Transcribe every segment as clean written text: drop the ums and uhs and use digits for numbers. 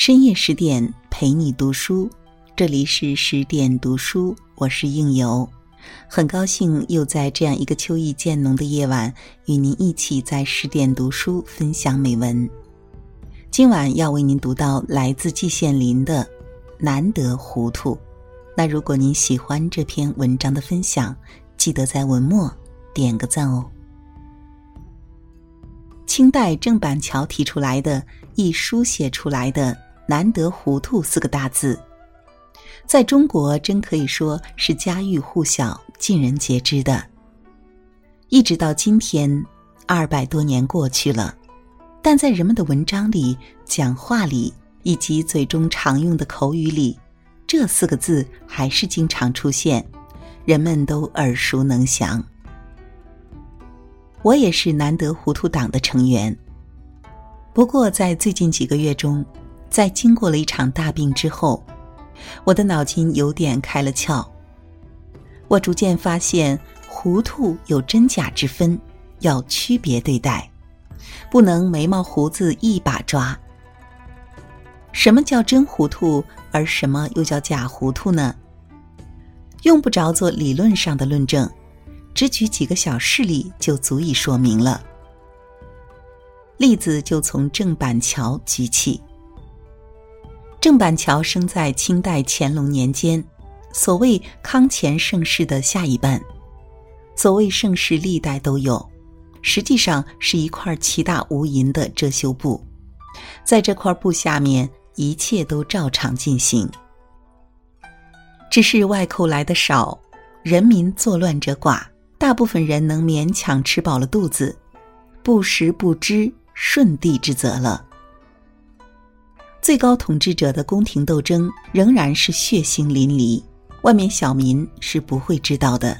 深夜10点陪你读书，这里是10点读书，我是应由。很高兴又在这样一个秋意渐浓的夜晚，与您一起在10点读书分享美文。今晚要为您读到来自季羡林的《难得糊涂》。那如果您喜欢这篇文章的分享，记得在文末点个赞哦。清代郑板桥提出来的，亦书写出来的难得糊涂4个大字，在中国真可以说是家喻户晓，尽人皆知的。一直到今天200多年过去了，但在人们的文章里、讲话里以及嘴中常用的口语里，这4个字还是经常出现，人们都耳熟能详。我也是难得糊涂党的成员，不过在最近几个月中，在经过了一场大病之后，我的脑筋有点开了窍。我逐渐发现糊涂有真假之分，要区别对待，不能眉毛胡子一把抓。什么叫真糊涂，而什么又叫假糊涂呢？用不着做理论上的论证，只举几个小事例就足以说明了。例子就从郑板桥举起。郑板桥生在清代乾隆年间，所谓康乾盛世的下一半。所谓盛世历代都有，实际上是一块奇大无垠的遮羞布，在这块布下面一切都照常进行，只是外寇来的少，人民作乱者寡，大部分人能勉强吃饱了肚子，不食不知顺帝之责了。最高统治者的宫廷斗争仍然是血腥淋漓，外面小民是不会知道的。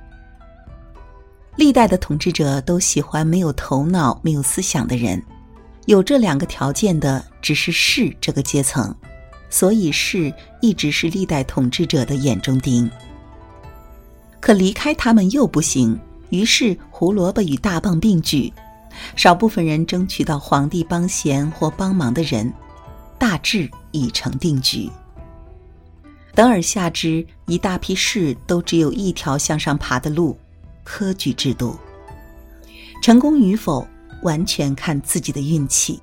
历代的统治者都喜欢没有头脑、没有思想的人，有这2个条件的只是士这个阶层，所以士一直是历代统治者的眼中钉。可离开他们又不行，于是胡萝卜与大棒并举，少部分人争取到皇帝帮闲或帮忙的人，大致已成定局。等而下之，一大批士都只有一条向上爬的路，科举制度。成功与否，完全看自己的运气。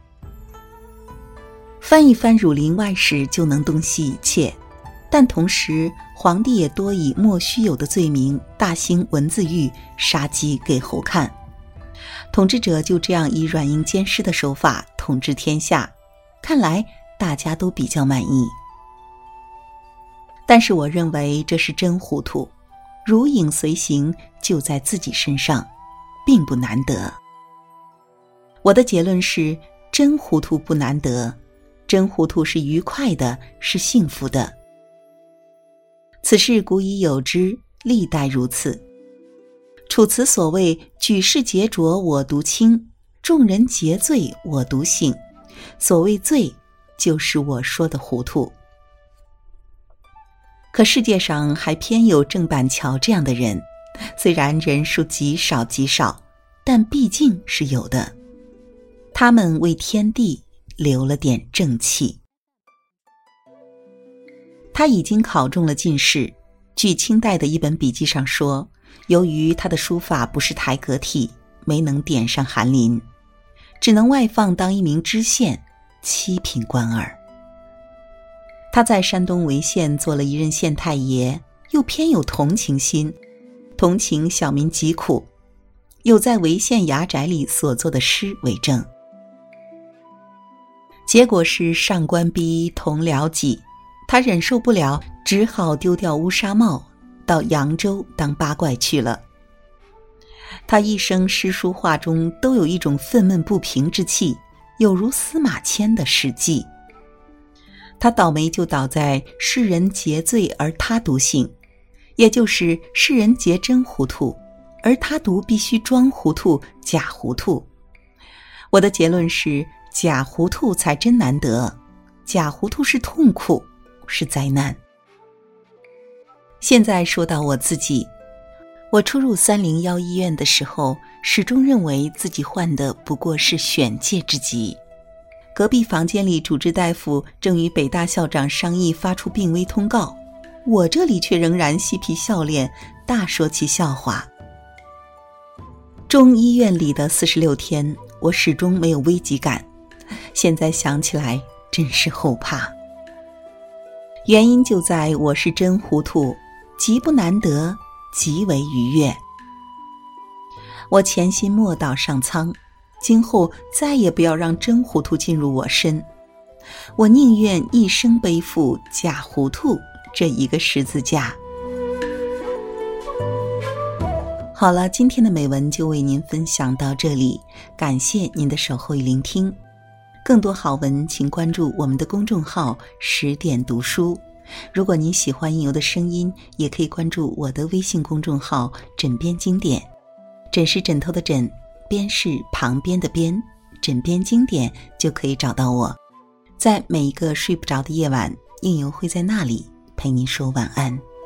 翻一翻《儒林外史》就能洞悉一切，但同时皇帝也多以莫须有的罪名大兴文字狱，杀鸡给猴看。统治者就这样以软硬兼施的手法统治天下，看来大家都比较满意。但是我认为这是真糊涂，如影随形，就在自己身上，并不难得。我的结论是，真糊涂不难得，真糊涂是愉快的，是幸福的。此事古已有之，历代如此。楚辞所谓举世皆浊我独清，众人皆醉我独醒，所谓醉，就是我说的糊涂。可世界上还偏有郑板桥这样的人，虽然人数极少极少，但毕竟是有的。他们为天地留了点正气。他已经考中了进士，据清代的一本笔记上说，由于他的书法不是台阁体，没能点上翰林，只能外放当一名知县，7品官儿。他在山东潍县做了一任县太爷，又偏有同情心，同情小民疾苦，有在潍县衙宅里所作的诗为证。结果是上官逼同僚己，他忍受不了，只好丢掉乌纱帽，到扬州当八怪去了。他一生诗书画中都有一种愤懑不平之气，有如司马迁的事迹。他倒霉就倒在世人皆醉而他独醒，也就是世人皆真糊涂，而他独必须装糊涂、假糊涂。我的结论是，假糊涂才真难得，假糊涂是痛苦，是灾难。现在说到我自己，我初入301医院的时候，始终认为自己患的不过是选疥之疾， 隔壁房间里主治大夫正与北大校长商议发出病危通告，我这里却仍然嬉皮笑脸，大说起笑话。中医院里的46天，我始终没有危机感，现在想起来真是后怕。原因就在我是真糊涂，极不难得，极为愉悦。我潜心默祷上苍，今后再也不要让真糊涂进入我身，我宁愿一生背负假糊涂这一个十字架。好了，今天的美文就为您分享到这里，感谢您的守候与聆听。更多好文请关注我们的公众号10点读书。如果您喜欢应由的声音，也可以关注我的微信公众号枕边经典。枕是枕头的枕，边是旁边的边，枕边经典就可以找到我。在每一个睡不着的夜晚，应由会在那里陪您说晚安。